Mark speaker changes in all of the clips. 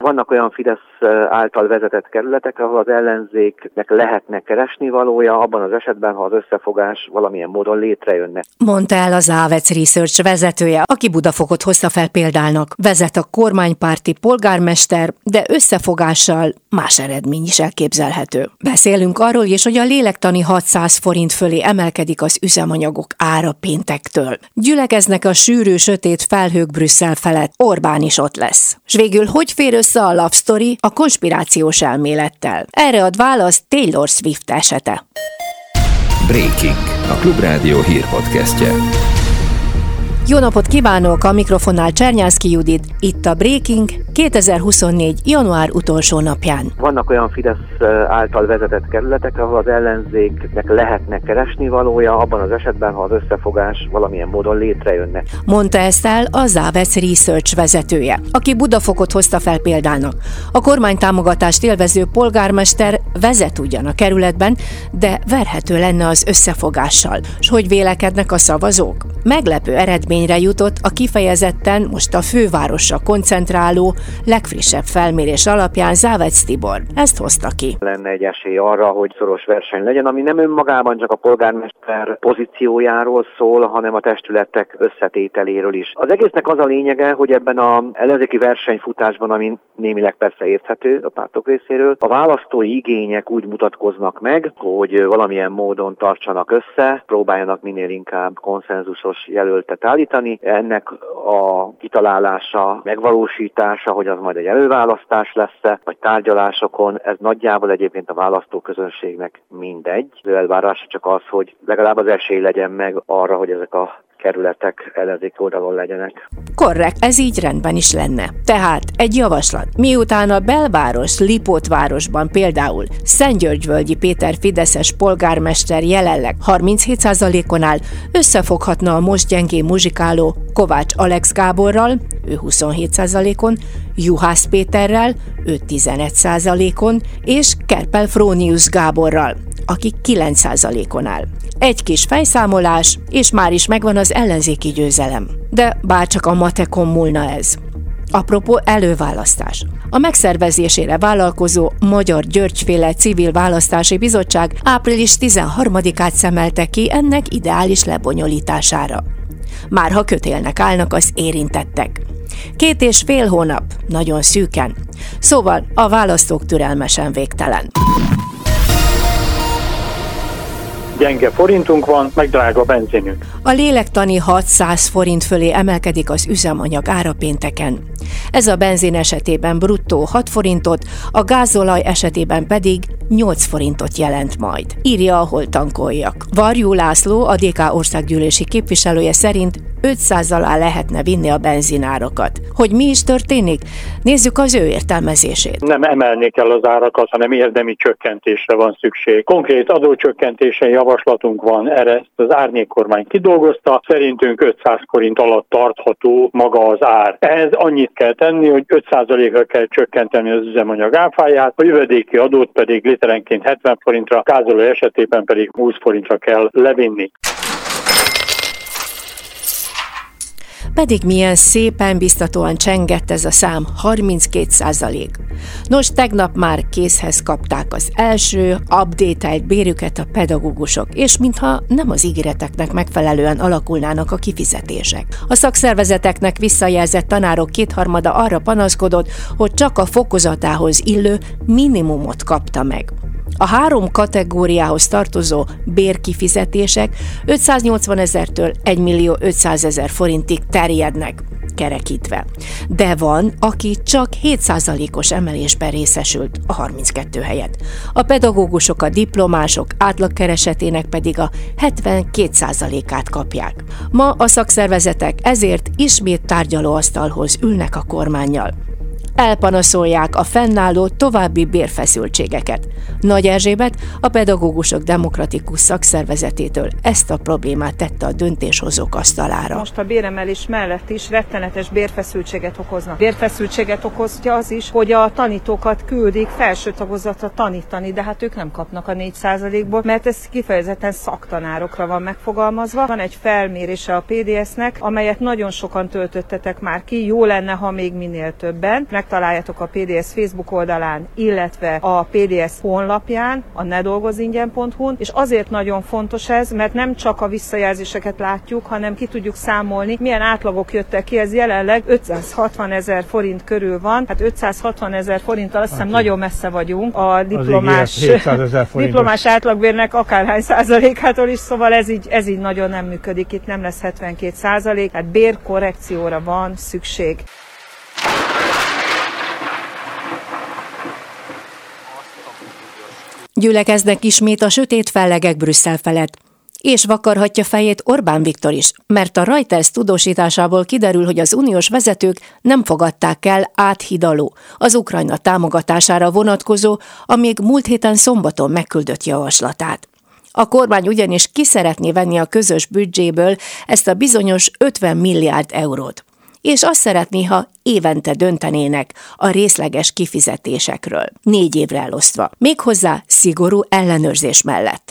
Speaker 1: Vannak olyan Fidesz által vezetett kerületek, ahol az ellenzéknek lehetne keresnivalója, abban az esetben, ha az összefogás valamilyen módon létrejönne.
Speaker 2: Mondta el az Avets Research vezetője, aki Budafokot hozta fel példának. Vezet a kormánypárti polgármester, de összefogással más eredmény is elképzelhető. Beszélünk arról is, hogy a lélektani 600 forint fölé emelkedik az üzemanyagok ára péntektől. Gyülekeznek a sűrű, sötét felhők Brüsszel felett, Orbán is ott lesz. S végül hogy fér össze a love story a konspirációs elmélettel? Erre ad választ Taylor Swift esete.
Speaker 3: Breaking, a Klubrádió hírpodcastje.
Speaker 2: Jó napot kívánok, a mikrofonnál Csernyánszky Judit, itt a Breaking 2024. január utolsó napján.
Speaker 1: Vannak olyan Fidesz által vezetett kerületek, ahol az ellenzéknek lehetne keresnivalója, abban az esetben, ha az összefogás valamilyen módon létrejönne.
Speaker 2: Mondta ezt el az Avets Research vezetője, aki Budafokot hozta fel példának. A kormánytámogatást élvező polgármester vezet ugyan a kerületben, de verhető lenne az összefogással. S hogy vélekednek a szavazók? Meglepő eredményre jutott a kifejezetten most a fővárosra koncentráló legfrissebb felmérés alapján Závec Tibor. Ezt hozta ki.
Speaker 1: Lenne egy esély arra, hogy szoros verseny legyen, ami nem önmagában csak a polgármester pozíciójáról szól, hanem a testületek összetételéről is. Az egésznek az a lényege, hogy ebben az ellenzéki versenyfutásban, ami némileg persze érthető a pártok részéről, a választói igények úgy mutatkoznak meg, hogy valamilyen módon tartsanak össze, próbáljanak minél inkább konszenzusos jelöltet állítani. Ennek a kitalálása, megvalósítása, hogy az majd egy előválasztás lesz, vagy tárgyalásokon, ez nagyjából egyébként a választóközönségnek mindegy. Az elvárása csak az, hogy legalább az esély legyen meg arra, hogy ezek a kerületek ellenzék oldalon legyenek.
Speaker 2: Korrekt, ez így rendben is lenne. Tehát egy javaslat. Miután a belváros, Lipótvárosban például Szentgyörgyvölgyi Péter fideszes polgármester jelenleg 37%-on áll, összefoghatna a most gyengén muzsikáló Kovács Alex Gáborral, ő 27%-on, Juhász Péterrel, ő 11%-on, és Kerpel Frónius Gáborral, aki 9%-on áll. Egy kis fejszámolás, és már is megvan az ellenzéki győzelem. De bárcsak a matekon múlna ez. Apropó előválasztás. A megszervezésére vállalkozó Magyar Györgyféle Civil Választási Bizottság április 13-át szemelte ki ennek ideális lebonyolítására. Márha kötélnek állnak az érintettek. 2,5 hónap, nagyon szűken. Szóval a választók türelmesen végtelen.
Speaker 4: Gyenge forintunk van, meg drága benzinünk.
Speaker 2: A lélektani 600 forint fölé emelkedik az üzemanyag ára pénteken. Ez a benzin esetében bruttó 6 forintot, a gázolaj esetében pedig 8 forintot jelent majd. Írja, ahol tankoljak. Varjú László, a DK országgyűlési képviselője szerint 500 alá lehetne vinni a benzinárakat. Hogy mi is történik? Nézzük az ő értelmezését.
Speaker 4: Nem emelni kell az árakat, hanem érdemi csökkentésre van szükség. Konkrét adócsökkentésen javaslatunk van, erre ezt az árnyékkormány kidolgozta. Szerintünk 500 forint alatt tartható maga az ár. Ehhez annyit kell tenni, hogy 5%-ra kell csökkenteni az üzemanyag áfáját, a jövedéki adót pedig literenként 70 forintra, gázolaj esetében pedig 20 forintra kell levinni.
Speaker 2: Pedig milyen szépen biztatóan csengett ez a szám, 32%. Nos, tegnap már készhez kapták az első update-elt bérüket a pedagógusok, és mintha nem az ígéreteknek megfelelően alakulnának a kifizetések. A szakszervezeteknek visszajelzett tanárok 2/3 arra panaszkodott, hogy csak a fokozatához illő minimumot kapta meg. A 3 kategóriához tartozó bérkifizetések 580 000-től 1 500 000 forintig terjednek, kerekítve. De van, aki csak 7%-os emelésben részesült a 32 helyett. A pedagógusok, a diplomások átlagkeresetének pedig a 72%-át kapják. Ma a szakszervezetek ezért ismét tárgyalóasztalhoz ülnek a kormánnyal. Elpanaszolják a fennálló további bérfeszültségeket. Nagy Erzsébet, a Pedagógusok Demokratikus Szakszervezetétől ezt a problémát tette a döntéshozók asztalára.
Speaker 5: Most a béremelés mellett is rettenetes bérfeszültséget okoznak. Bérfeszültséget okozja az is, hogy a tanítókat küldik felső tagozatra tanítani, de hát ők nem kapnak a 4%-ból, mert ez kifejezetten szaktanárokra van megfogalmazva. Van egy felmérése a PDS-nek, amelyet nagyon sokan töltöttetek már ki, jó lenne, ha még minél többen. megtaláljátok a PDS Facebook oldalán, illetve a PDS honlapján, a nedolgozingyen.hu-n, és azért nagyon fontos ez, mert nem csak a visszajelzéseket látjuk, hanem ki tudjuk számolni, milyen átlagok jöttek ki. Ez jelenleg 560 000 forint körül van. Hát 560 000 forinttal azt hiszem nagyon messze vagyunk a diplomás átlagbérnek akárhány százalékától is, szóval ez így nagyon nem működik. Itt nem lesz 72%, hát bérkorrekcióra van szükség.
Speaker 2: Gyülekeznek ismét a sötét fellegek Brüsszel felett. És vakarhatja fejét Orbán Viktor is, mert a Reuters tudósításából kiderül, hogy az uniós vezetők nem fogadták el áthidaló, az Ukrajna támogatására vonatkozó, a még múlt héten szombaton megküldött javaslatát. A kormány ugyanis ki szeretné venni a közös büdzséből ezt a bizonyos 50 milliárd eurót. És azt szeretné, ha évente döntenének a részleges kifizetésekről, 4 évre elosztva, méghozzá szigorú ellenőrzés mellett.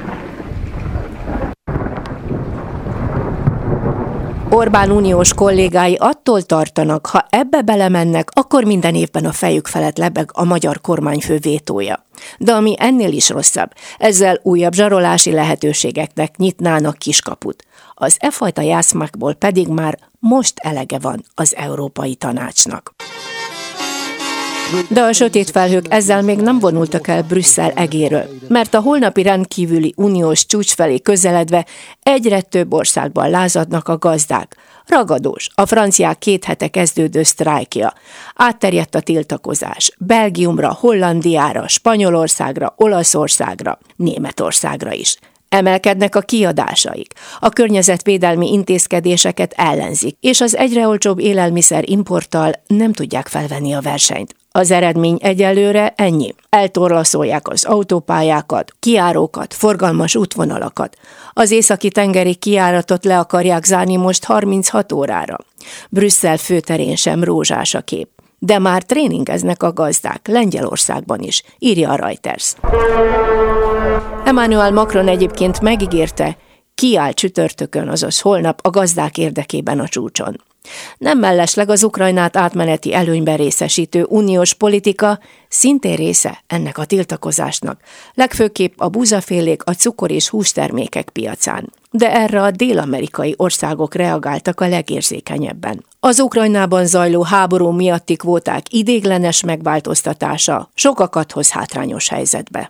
Speaker 2: Orbán uniós kollégái attól tartanak, ha ebbe belemennek, akkor minden évben a fejük felett lebeg a magyar kormányfő vétója. De ami ennél is rosszabb, ezzel újabb zsarolási lehetőségeknek nyitnának kiskaput. Az e fajta játszmákból pedig már most elege van az Európai Tanácsnak. De a sötét felhők ezzel még nem vonultak el Brüsszel egéről, mert a holnapi rendkívüli uniós csúcs felé közeledve egyre több országban lázadnak a gazdák. Ragadós a franciák 2 hete kezdődő sztrájkja. Átterjedt a tiltakozás Belgiumra, Hollandiára, Spanyolországra, Olaszországra, Németországra is. Emelkednek a kiadásaik, a környezetvédelmi intézkedéseket ellenzik, és az egyre olcsóbb élelmiszer importtal nem tudják felvenni a versenyt. Az eredmény egyelőre ennyi. Eltorlaszolják az autópályákat, kijárókat, forgalmas útvonalakat. Az északi tengeri kijáratot le akarják zárni most 36 órára. Brüsszel főterén sem rózsás a kép. De már tréningeznek a gazdák, Lengyelországban is, írja a Reuters. Emmanuel Macron egyébként megígérte, kiáll csütörtökön, azaz holnap a gazdák érdekében a csúcson. Nem mellesleg az Ukrajnát átmeneti előnyben részesítő uniós politika szintén része ennek a tiltakozásnak, legfőképp a búzafélék, a cukor- és hústermékek piacán. De erre a dél-amerikai országok reagáltak a legérzékenyebben. Az Ukrajnában zajló háború miatti kvóták ideiglenes megváltoztatása sokakat hoz hátrányos helyzetbe.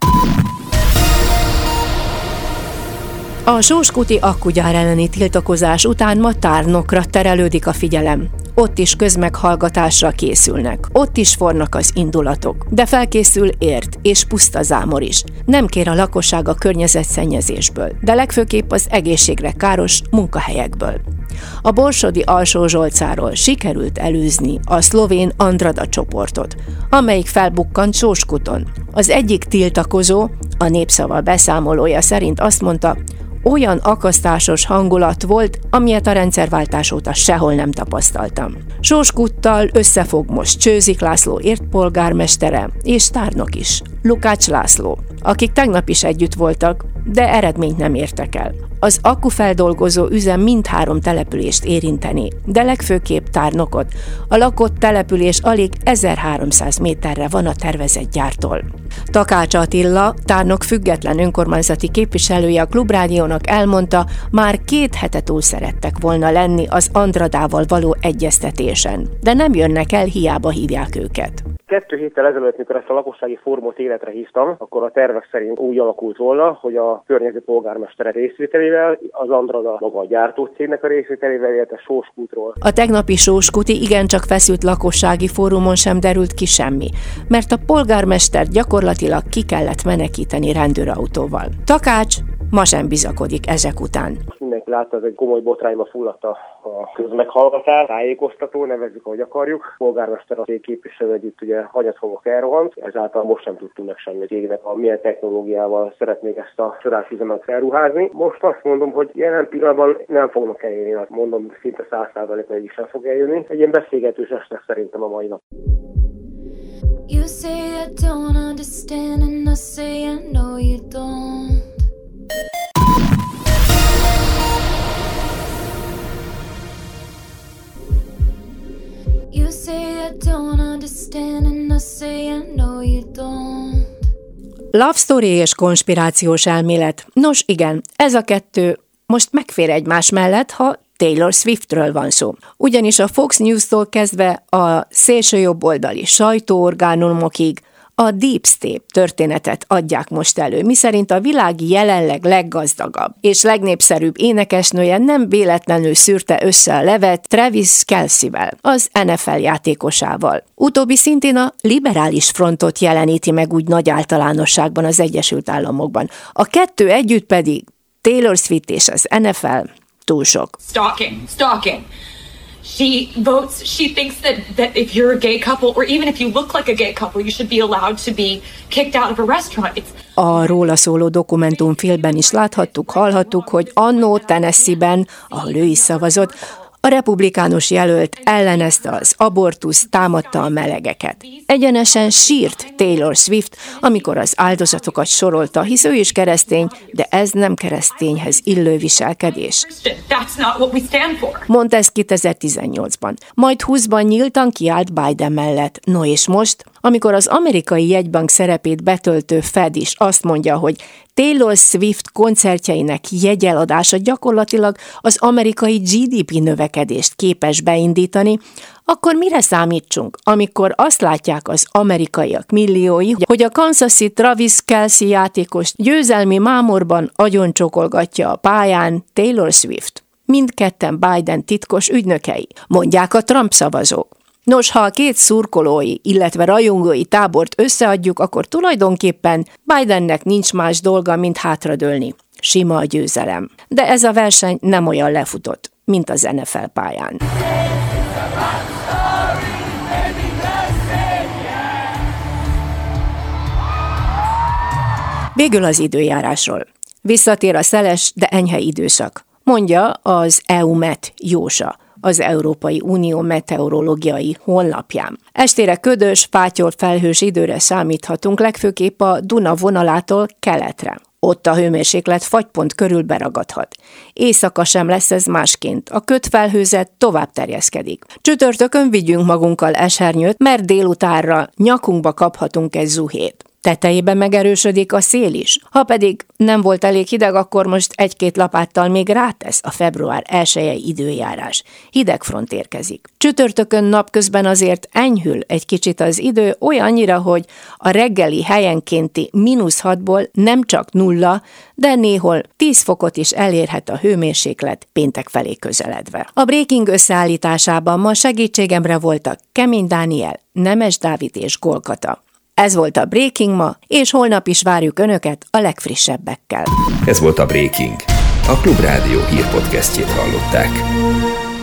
Speaker 2: A Sós-Kuti akkugyár elleni tiltakozás után ma Tárnokra terelődik a figyelem. Ott is közmeghallgatásra készülnek, ott is fornak az indulatok, de felkészül Érd és Pusztazámor is. Nem kér a lakosság a környezetszennyezésből, de legfőképp az egészségre káros munkahelyekből. A borsodi Alsó-Zsolcáról sikerült elűzni a szlovén Andrada csoportot, amelyik felbukkant Sós-Kuton. Az egyik tiltakozó, a Népszava beszámolója szerint azt mondta, olyan akasztásos hangulat volt, amilyet a rendszerváltás óta sehol nem tapasztaltam. Sós-Kuttal összefog most Csőzik László Érd polgármestere és Tárnok is, Lukács László, akik tegnap is együtt voltak, de eredményt nem értek el. Az akkufeldolgozó üzem mindhárom települést érinteni, de legfőképp Tárnokot. A lakott település alig 1300 méterre van a tervezett gyártól. Takács Attila, Tárnok független önkormányzati képviselője a Klubrádiónak elmondta, már 2 hete túl szerettek volna lenni az Andradával való egyeztetésen, de nem jönnek el, hiába hívják őket.
Speaker 6: 2 héttel ezelőtt, mikor ezt a lakossági fórumot életre hívtam, akkor a tervek szerint úgy alakult volna, hogy a környező polgármestere részvételével, az Andrada maga a gyártócégnek a részvételével, illetve Sós-Kútról.
Speaker 2: A tegnapi Sós-Kuti igencsak feszült lakossági fórumon sem derült ki semmi, mert a polgármester gyakorlatilag ki kellett menekíteni rendőrautóval. Takács ma sem bizakodik ezek után.
Speaker 6: Mindenki látta, ez egy komoly botrányba fulladt a közmeghallgatás, tájékoztató, nevezzük, ahogy akarjuk. A polgármester a képviselő együtt ugye hanyatfogok elrohant, ezáltal most sem tudtunk meg semmit égnek, milyen technológiával szeretnék ezt a csodálfüzemet felruházni. Most azt mondom, hogy jelen pillanatban nem fognak eljönni, mondom, szinte 100%-ban is sem fog eljönni. Egy ilyen beszélgetős esnek szerintem a mai nap. You say I don't understand and I say I know you don't. You say I don't understand.
Speaker 2: Love story és konspirációs elmélet. Nos igen, ez a kettő most megfér egymás mellett, ha Taylor Swiftről van szó. Ugyanis a Fox News-tól kezdve a szélsőjobboldali sajtóorgánumokig a Deep State történetet adják most elő, miszerint a világ jelenleg leggazdagabb és legnépszerűbb énekesnője nem véletlenül szűrte össze a levet Travis Kelce-vel, az NFL játékosával. Utóbbi szintén a liberális frontot jeleníti meg úgy nagy általánosságban az Egyesült Államokban. A kettő együtt pedig Taylor Swift és az NFL túl sok.
Speaker 7: Stalking. She thinks that if you're a gay couple, or even if you look like a gay couple, you should be allowed to be kicked out of a restaurant.
Speaker 2: A róla szóló dokumentumfilmben is láthattuk, hallhattuk, hogy annó Tennessee-ben, ahol ő is szavazott, a republikánus jelölt ellenezte az abortuszt, támadta a melegeket. Egyenesen sírt Taylor Swift, amikor az áldozatokat sorolta, hisz ő is keresztény, de ez nem keresztényhez illő viselkedés. Mondta ezt 2018-ban. Majd 20-ban nyíltan kiállt Biden mellett. No és most, amikor az amerikai jegybank szerepét betöltő Fed is azt mondja, hogy Taylor Swift koncertjeinek jegyeladása gyakorlatilag az amerikai GDP növekedést képes beindítani, akkor mire számítsunk, amikor azt látják az amerikaiak milliói, hogy a Kansas-i Travis Kelce játékos győzelmi mámorban agyoncsokolgatja a pályán Taylor Swift. Mindketten Biden titkos ügynökei, mondják a Trump szavazók. Nos, ha a két szurkolói, illetve rajongói tábort összeadjuk, akkor tulajdonképpen Bidennek nincs más dolga, mint hátradőlni. Sima a győzelem. De ez a verseny nem olyan lefutott, mint az NFL pályán. Végül az időjárásról. Visszatér a szeles, de enyhe időszak, mondja az EUMET Jósa, az Európai Unió meteorológiai honlapján. Estére ködös, fátyol felhős időre számíthatunk, legfőképp a Duna vonalától keletre. Ott a hőmérséklet fagypont körül beragadhat. Éjszaka sem lesz ez másként, a kötfelhőzet tovább terjeszkedik. Csütörtökön vigyünk magunkkal esernyőt, mert délutánra nyakunkba kaphatunk egy zuhét. Tetejében megerősödik a szél is. Ha pedig nem volt elég hideg, akkor most egy-két lapáttal még rátesz a február 1-i időjárás. Hidegfront érkezik. Csütörtökön napközben azért enyhül egy kicsit az idő, olyannyira, hogy a reggeli helyenkénti -6-ból nem csak 0, de néhol 10 fokot is elérhet a hőmérséklet péntek felé közeledve. A Breaking összeállításában ma segítségemre voltak Kemény Dániel, Nemes Dávid és Golkata. Ez volt a Breaking ma, és holnap is várjuk Önöket a legfrissebbekkel.
Speaker 3: Ez volt a Breaking. A Klubrádió hírpodcastjét hallották.